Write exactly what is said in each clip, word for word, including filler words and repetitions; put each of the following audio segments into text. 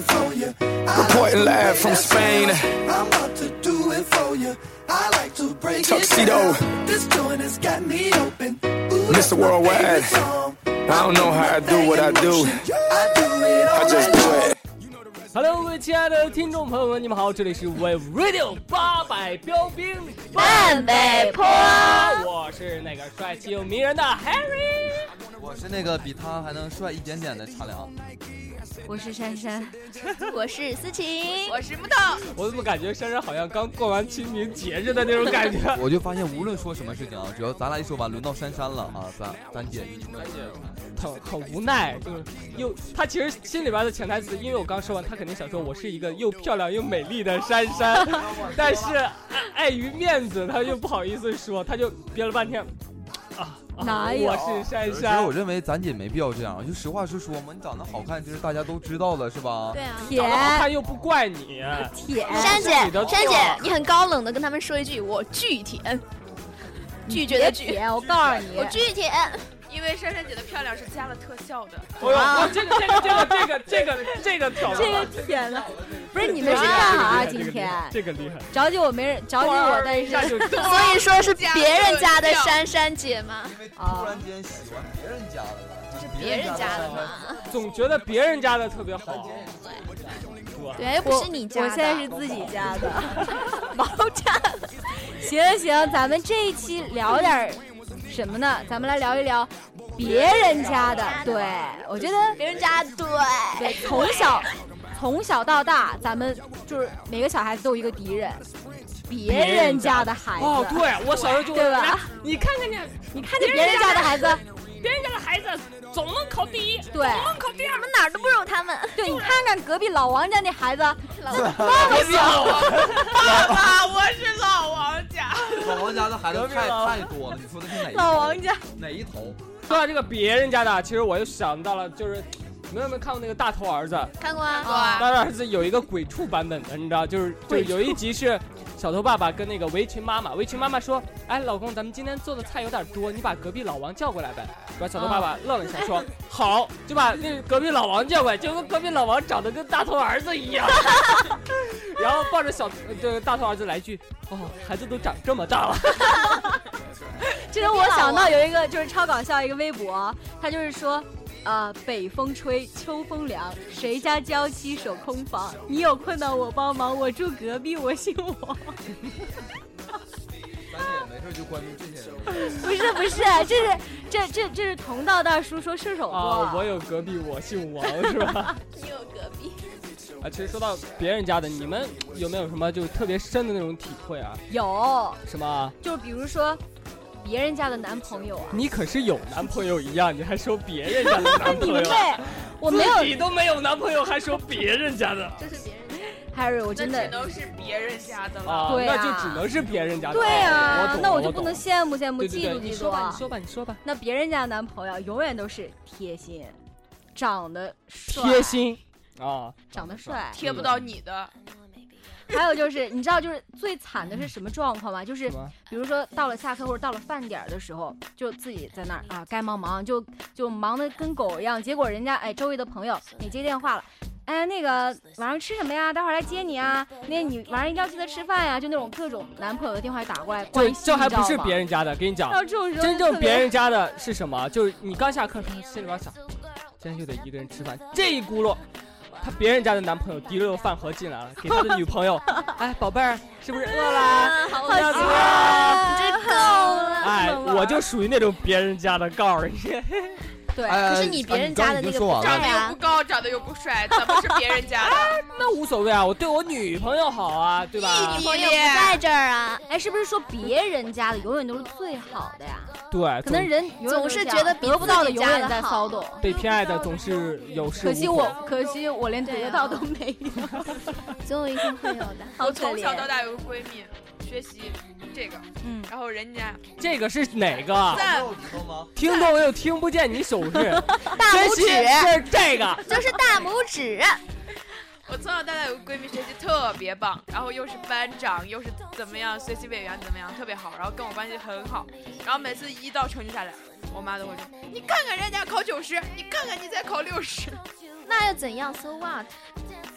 Reporting live from Spain. Tuxedo. Mister Worldwide. I don't know how I do what I do. I just do it. Hello， 各位亲爱的听众朋友们，你们好，这里是 Wave Radio 八百标兵半北坡， 我是那个帅气又迷人的 Harry， 我是那个比他还能帅一点点的茶凉， 我是珊珊， 我是思晴， 我是木头。 我怎么感觉珊珊好像刚过完清明节日的那种感觉？ 我就发现无论说什么事情啊，只要咱俩一说完，轮到珊珊了啊，咱咱姐珊姐很很无奈，就是又她其实心里边的潜台词，因为我刚说完，她肯定想说我是一个又漂亮又美丽的珊珊，但是碍于面子，她又不好意思说，她就憋了半天。啊， 哪有？ 我是珊珊。 其实我认为咱姐没必要这样，就实话实说嘛。你长得好看，这是大家都知道的，是吧？ 对啊， 长得好看又不怪你。 甜， 珊姐，珊姐，你很高冷的跟他们说一句：“我巨甜。”拒绝的拒， 我告诉你， 我巨甜。 因为珊珊姐的漂亮是加了特效的。 哎呦，这个这个这个这个这个这个挑这个天呐，不是你们是干啥今天？ 这个厉害， 着急我没人着急我，但是所以说是别人家的珊珊姐嘛。 突然间喜欢别人家的了， 这是别人家的嘛。 总觉得别人家的特别好。 对，又不是你家的。 我现在是自己家的，毛家的。行行，咱们这一期聊点什么呢？咱们来聊一聊别人家的。对，我觉得别人家对对，从小从小到大，咱们就是每个小孩子都有一个敌人，别人家的孩子。 哦，对，我小时候就对吧？ 你看看你， 你看见别人家的孩子， 别人家的孩子总能考第一， 对， 总能考第二， 我们哪儿都不如他们。 对，你看看隔壁老王家那孩子， 老王那么小。 爸爸，我是老王家。 老王家的孩子太太多了，你说的是哪一头？ 老王家哪一头？ 说到这个别人家的，其实我又想到了，就是你们有没有看过那个大头儿子？ 看过啊， 大头儿子有一个鬼畜版本的，你知道，就是就是有一集是小头爸爸跟那个围裙妈妈，围裙妈妈说：“哎，老公，咱们今天做的菜有点多，你把隔壁老王叫过来呗。”把小头爸爸愣了一下，说：“好。”就把那隔壁老王叫过来，结果隔壁老王长得跟大头儿子一样，然后抱着小这个大头儿子来一句：“哦，孩子都长这么大了。” 这是我想到有一个就是超搞笑一个微博，他就是说。呃，北风吹，秋风凉，谁家娇妻守空房？你有困难我帮忙，我住隔壁，我姓王。 咱姐没事就关注这些人。 不是不是，这是这这这是同道大叔说射手座。 啊，我有隔壁，我姓王，是吧？ 你有隔壁。 啊，其实说到别人家的，你们有没有什么就特别深的那种体会啊？ 有。 什么？ 就比如说。别人家的男朋友啊， 你可是有男朋友一样，你还说别人家的男朋友？ 你对，我没有， 自己都没有男朋友，还说别人家的？ 这是别人家。 Harry， 我真的那只能是别人家的了。 啊， 对啊， 那就只能是别人家的。 对啊， 我那我就不能羡慕羡慕、嫉妒嫉妒啊！你说吧，你说吧。 那别人家的男朋友永远都是贴心，长得帅， 贴心啊， 长得帅， 贴不到你的。 还有就是，你知道，就是最惨的是什么状况吗？就是比如说到了下课或者到了饭点的时候，就自己在那儿啊，该忙忙，就就忙得跟狗一样。结果人家哎，周围的朋友你接电话了，哎，那个晚上吃什么呀？待会儿来接你啊。那你晚上一定要记得吃饭呀。就那种各种男朋友的电话打过来，关系这还不是别人家的，跟你讲，真正别人家的是什么？就是你刚下课，心里边想，今天就得一个人吃饭，这一咕噜。他别人家的男朋友提溜饭盒进来了，给他的女朋友，哎，宝贝儿，是不是饿啦？ 好饿啊！你这够了。 哎，我就属于那种别人家的，告诉你。 对， 可是你别人家的那个长得又不高，长得又不帅，怎么是别人家的？ 那无所谓啊，我对我女朋友好啊，对吧？ 你女朋友不在这儿啊？ 哎，是不是说别人家的永远都是最好的呀？ 对， 可能人总是觉得得不到的永远在骚动， 被偏爱的总是有恃无恐。 可惜我，可惜我连得到都没有， 总有一天会有的。 我从小到大有个闺蜜，学习这个，嗯，然后人家这个是哪个？ 赞， 听懂又听不见你手势， 大拇指是这个， 就是大拇指。 我从小到大有个闺蜜学习特别棒，然后又是班长，又是怎么样学习委员怎么样特别好，然后跟我关系很好，然后每次一到成绩下来，我妈都会说你看看人家考九十，你看看你才考六十， 那又怎样 ？So what？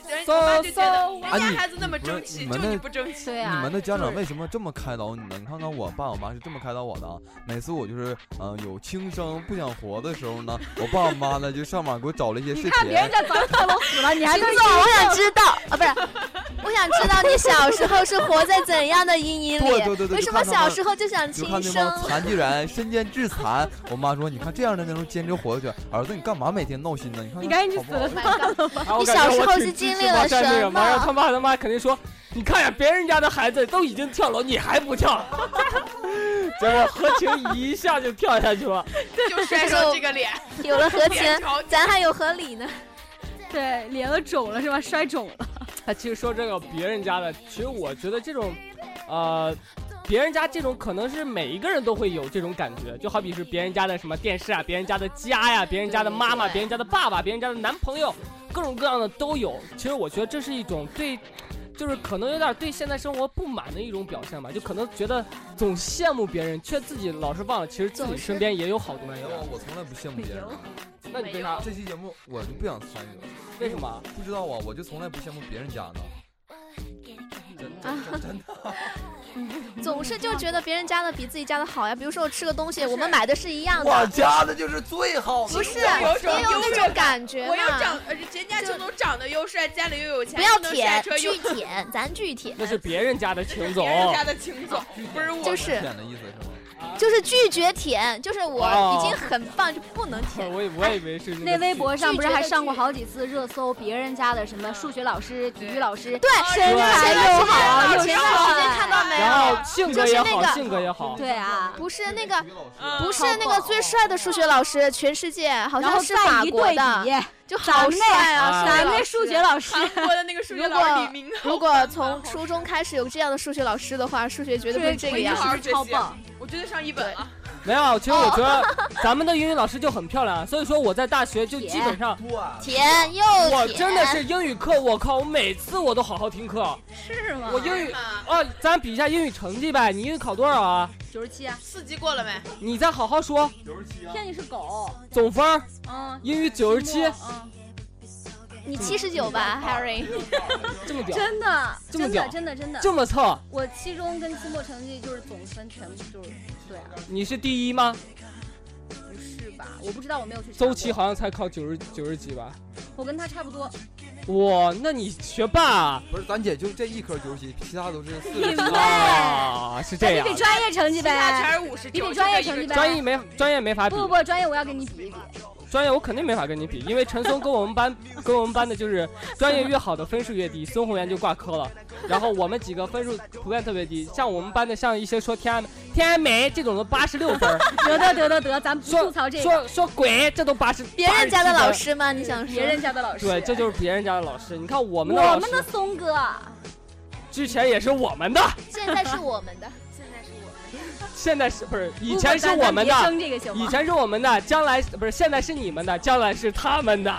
人我妈就觉得人啊你家孩子那么争气，就你们的你不争气。 对啊， 你们的家长为什么这么开导你呢？你看看我爸我妈是这么开导我的啊。每次我就是呃有轻生不想活的时候呢，我爸我妈呢就上网给我找了一些视频。 你看别人家早就跳楼死了，你还在秦总，我想知道啊，不是，我想知道你小时候是活在怎样的阴影里？ 对对对对， 为什么小时候就想就看轻生？ 那帮残疾人身兼致残，我妈说你看这样的能坚持活下去，儿子你干嘛每天闹心呢？你看你赶紧去死了吧！ 你小时候是经历了什么？ 马上他爸他妈肯定说，你看呀，别人家的孩子都已经跳楼，你还不跳？结果何晴一下就跳下去了， 就摔成这个脸。 有了何晴，咱还有何理呢？ 对，脸都肿了是吧？摔肿了。 他其实说这个别人家的，其实我觉得这种，呃。别人家这种可能是每一个人都会有这种感觉，就好比是别人家的什么电视啊，别人家的家呀，别人家的妈妈，别人家的爸爸，别人家的男朋友，各种各样的都有。其实我觉得这是一种对，就是可能有点对现在生活不满的一种表现吧，就可能觉得总羡慕别人，却自己老是忘了，其实自己身边也有好东西。 我从来不羡慕别人。 那你为啥？ 这期节目我就不想参与了。 为什么？ 不知道啊，我就从来不羡慕别人家的。真的真的，总是就觉得别人家的比自己家的好呀。比如说我吃个东西，我们买的是一样的， 我家的就是最好的。 不是，也有那种感觉。 我又长，呃，人家秦总长得又帅，家里又有钱， 不要舔，巨舔，咱巨舔。 那是别人家的秦总， 别人家的秦总，不是我。 就是舔的意思是吗？ 就是拒绝舔，就是我已经很棒，就不能舔。 我我以为是那微博上不是还上过好几次热搜，别人家的什么数学老师、体育老师， 对， 身材又好又前段时间看到没有？ 然后性格也好，性格也好。 对啊， 不是那个，不是那个最帅的数学老师，全世界好像是法国的，就好帅啊！ 咱那数学老师， 韩国的那个数学老师李明浩。 如果从初中开始有这样的数学老师的话，数学绝对不是这个样子，超棒。 我绝对上一本了。 没有，其实我觉得咱们的英语老师就很漂亮，所以说我在大学就基本上甜又甜。 我真的是英语课，我靠，我每次我都好好听课。 是吗？ 我英语啊，咱比一下英语成绩呗。你英语考多少啊？ 九十七啊。 四级过了没？ 你再好好说。 九十七啊。 骗你是狗。 总分？ 嗯。 英语九十七。 嗯。 你七十九吧 ，Harry。 这么屌？ 真的， 这么屌， 真的真的。 这么测？ 我期中跟期末成绩就是总分全部就是对啊。 你是第一吗？ 不是吧？我不知道，我没有去。 周琦好像才考九十九十几吧？ 我跟他差不多。 哇，那你学霸啊？ 不是，咱姐就这一科九十几，其他都是四十几。 啊，是这样。 比比专业成绩呗。 其他全是五十。 比比专业成绩呗。 专业没专业没法比。 不不不，专业我要跟你比一比。 专业我肯定没法跟你比，因为陈松跟我们班跟我们班的就是专业越好的分数越低，孙红元就挂科了。然后我们几个分数普遍特别低，像我们班的像一些说天安天安美这种都八十六分。 得得得得得，咱不吐槽这个。 说说鬼，这都八十。 别人家的老师吗？你想说别人家的老师？ 对，这就是别人家的老师。你看我们的老师， 我们的松哥之前也是我们的， 现在是我们的。 现在是不是以前是我们的？以前是我们的，将来不是现在是你们的，将来是他们的。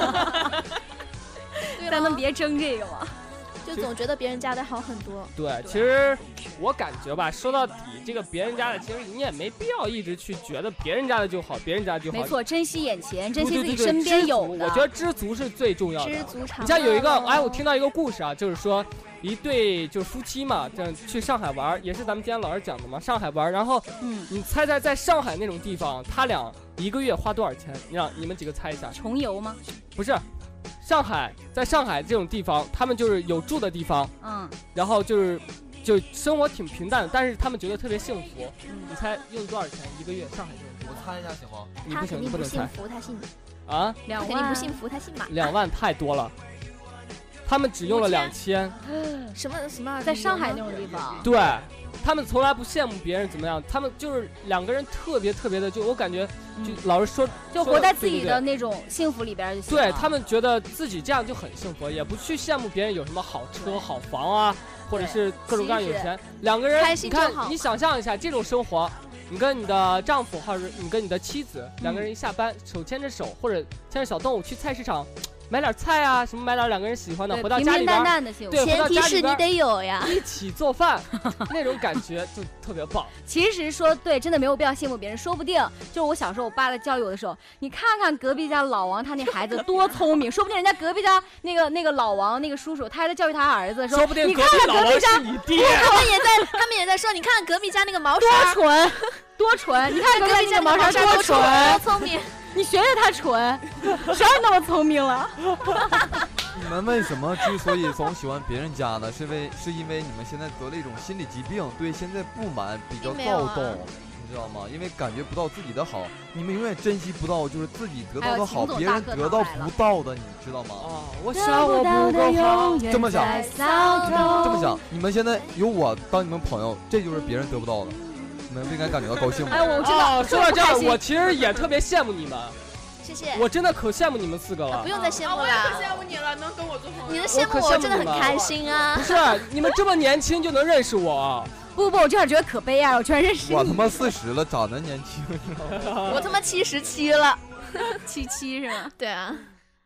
咱们别争这个嘛， 就总觉得别人家的好很多。 对，其实我感觉吧，说到底，这个别人家的，其实你也没必要一直去觉得别人家的就好，别人家就好。 没错，珍惜眼前，珍惜自己身边有的。 我觉得知足是最重要的。 知足常乐。 你像有一个，哎，我听到一个故事啊，就是说。一对就是夫妻嘛，这样去上海玩，也是咱们今天老师讲的嘛，上海玩。然后，嗯，你猜猜在上海那种地方，他俩一个月花多少钱？你让你们几个猜一下。 穷游吗？ 不是，上海，在上海这种地方，他们就是有住的地方，嗯，然后就是就生活挺平淡的，但是他们觉得特别幸福。嗯，你猜用多少钱一个月？上海这种？ 我猜一下行吗？ 你不行，你不能猜。 幸福，他信你。 啊？ 两万？肯定不幸福，他信马。 两万太多了。他们只用了两千， 什么什么， 在上海那种地方， 对，他们从来不羡慕别人怎么样，他们就是两个人特别特别的，就我感觉，就老是说， 就活在自己的那种幸福里边就行了。 对，他们觉得自己这样就很幸福，也不去羡慕别人有什么好车好房啊，或者是各种各样有钱。两个人，你看，你想象一下这种生活，你跟你的丈夫或者你跟你的妻子两个人一下班，手牵着手或者牵着小动物去菜市场。 买点菜啊，什么买点两个人喜欢的，回到家里边， 平平淡淡的幸福。 对， 前提是你得有呀， 一起做饭，那种感觉就特别棒。 其实说对，真的没有必要羡慕别人，说不定就是我小时候我爸在教育我的时候，你看看隔壁家老王他那孩子多聪明，说不定人家隔壁家那个那个老王那个叔叔他还在教育他儿子，说说不定你看看隔壁家你爹， 他们也在他们也在说，你看隔壁家那个毛多蠢多蠢，你看隔壁家那个毛毛多蠢多聪明。 你学学他蠢，谁那么聪明了？ 你们为什么之所以总喜欢别人家呢？是为是因为你们现在得了一种心理疾病，对现在不满比较躁动，啊、你知道吗？因为感觉不到自己的好，你们永远珍惜不到就是自己得到的好，别人得到不到的，你知道吗？ 哦，我想我不够好， 这么想，这么想，你们现在有我当你们朋友，这就是别人得不到的。你们不应该感觉到高兴吗？ 哎，我真的、 哦、说到这儿，我其实也特别羡慕你们。 谢谢。 我真的可羡慕你们四个了。 不用再羡慕了。 我也可羡慕你了，能跟我做朋友。 你的羡慕我真的很开心啊。 不是，你们这么年轻就能认识我。 不不，我这样觉得可悲啊！我居然认识你。 我他妈四十了，长得年轻。 我他妈七十七了， 七七是吗？ 对啊。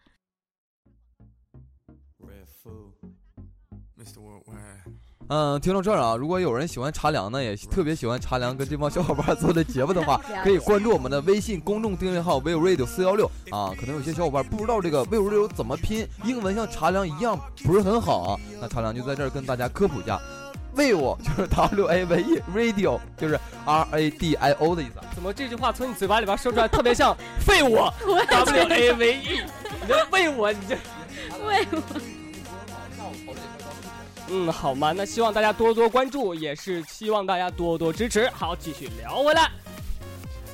嗯，听到这儿啊，如果有人喜欢茶凉呢，也特别喜欢茶凉跟这帮小伙伴做的节目的话，可以关注我们的微信公众订阅号 Vivo Radio 四一六啊。可能有些小伙伴不知道这个 Vivo Radio 怎么拼，英文像茶凉一样不是很好啊。那茶凉就在这儿跟大家科普一下 ，Vivo 就是 W A V E Radio 就是 R A D I O 的意思。 怎么这句话从你嘴巴里边说出来特别像废我 W A V E？ 你这为我，你这为我。 嗯，好嘛，那希望大家多多关注，也是希望大家多多支持。好，继续聊回来。 耶、yeah ，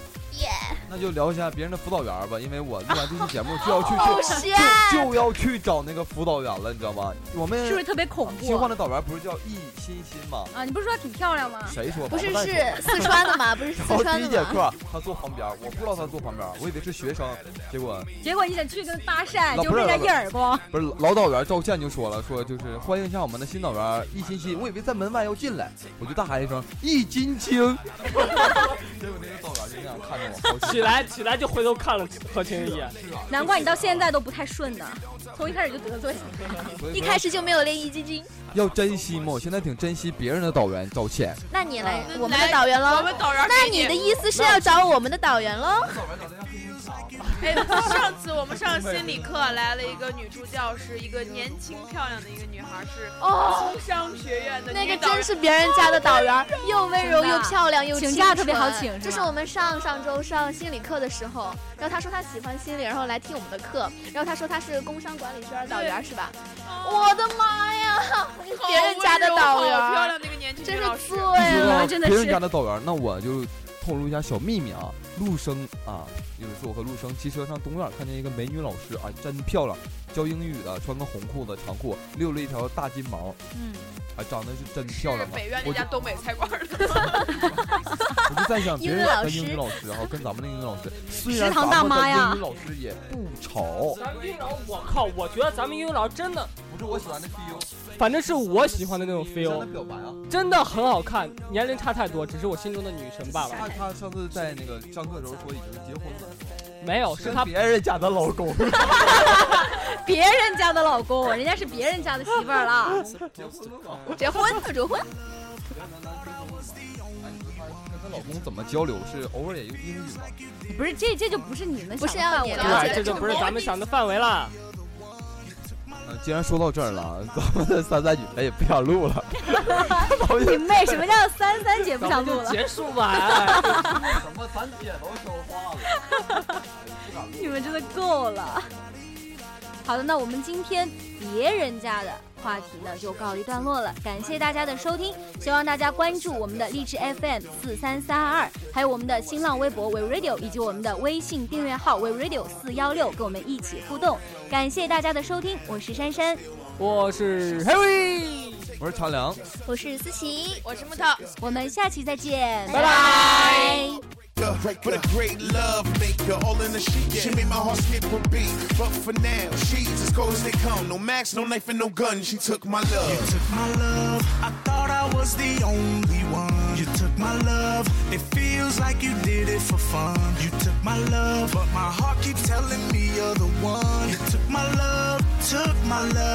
那就聊一下别人的辅导员吧，因为我录完这期节目就要去哦就就要去找那个辅导员了，你知道吗？我们是不是特别恐怖？ 新换的导员不是叫易欣欣吗？ 啊，你不是说挺漂亮吗？ 谁说？ 不是是四川的吗？不是四川的吗？ 第一节课他坐旁边，我不知道他坐旁边，我以为是学生，结果结果你得去跟搭讪，就被人家一耳光。 不是老导员赵倩就说了，说就是欢迎一下我们的新导员易欣欣，我以为在门外要进来，我就大喊一声易金青，结果那个导员就那样看着我， 起来。起来就回头看了何晴一眼， 难怪你到现在都不太顺呢，从一开始就得罪， 一开始就没有练易筋经。 要珍惜嘛，我现在挺珍惜别人的导员赵倩。 那你来我们的导员喽？ 我们导员。 那你的意思是要找我们的导员喽？ 哎，上次我们上心理课来了一个女助教，是一个年轻漂亮的一个女孩，是哦， 工商学院的。 那个真是别人家的导员，又温柔又漂亮又请假特别好请。 这是我们上上周上心理课的时候，然后她说她喜欢心理，然后来听我们的课，然后她说她是工商管理学院导员是吧？我的妈呀！别人家的导员， 好漂亮那个年轻真老是醉了，真的是。 别人家的导员，那我就透露一下小秘密啊，陆生啊。有一次我和陆生骑车上东院，看见一个美女老师啊，真漂亮，教英语的，穿个红裤子长裤，溜了一条大金毛，嗯，啊，长得是真漂亮、啊。 北院那家东北菜馆的。 我就在想，别人的英语老师哈，跟咱们的英语老师，虽然咱们的英语老师也不丑。 咱们英语老师，我靠，我觉得咱们英语老师真的不是我喜欢的 feel， 反正是我喜欢的那种 feel， 真的很好看，年龄差太多，只是我心中的女神爸爸。 他他上次在那个上课的时候说已经结婚了。 没有，是他别人家的老公。 别人家的老公，人家是别人家的媳妇儿了。 结婚了，结婚。 跟她老公怎么交流？是偶尔也用英语吗？ 不是，这这就不是你们不是要你了解，这就不是咱们想的范围了。 呃，既然说到这儿了，咱们的三三姐也不想录了。 你妹，什么叫三三姐不想录了？ 结束吧。 什么三姐都说话了。 你们真的够了。好的，那我们今天别人家的话题呢就告一段落了，感谢大家的收听，希望大家关注我们的荔枝 F M 四三三二二，还有我们的新浪微博 Vivo Radio 以及我们的微信订阅号 Vivo Radio 四一六，跟我们一起互动。感谢大家的收听，我是珊珊， 我是 Harry， 我是茶凉， 我是思琪， 我是木头， 我们下期再见， 拜拜。 For the great love maker, all in the sheet. She made my heart skip a beat. But for now, she's as cold as they come. No max, no knife, and no gun. She took my love. You took my love. I thought I was the only one. You took my love. It feels like you did it for fun. You took my love, but my heart keeps telling me you're the one. You took my love. my love.